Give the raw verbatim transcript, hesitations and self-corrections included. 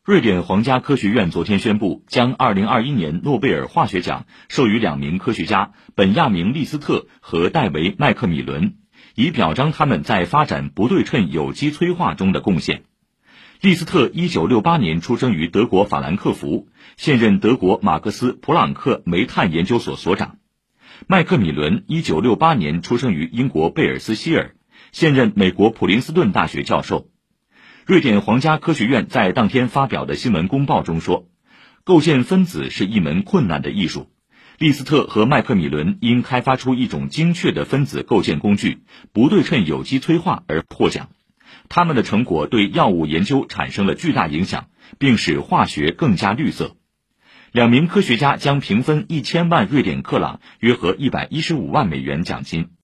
瑞典皇家科学院昨天宣布，将二零二一年诺贝尔化学奖授予两名科学家本亚明·利斯特和戴维·麦克米伦，以表彰他们在发展不对称有机催化中的贡献。利斯特一九六八年出生于德国法兰克福，现任德国马克思普朗克煤炭研究所所长。麦克米伦一九六八年出生于英国贝尔斯希尔，现任美国普林斯顿大学教授。瑞典皇家科学院在当天发表的新闻公报中说，构建分子是一门困难的艺术。利斯特和麦克米伦因开发出一种精确的分子构建工具不对称有机催化而获奖。他们的成果对药物研究产生了巨大影响，并使化学更加绿色。两名科学家将平分一千万瑞典克朗，约合一百一十五万美元奖金。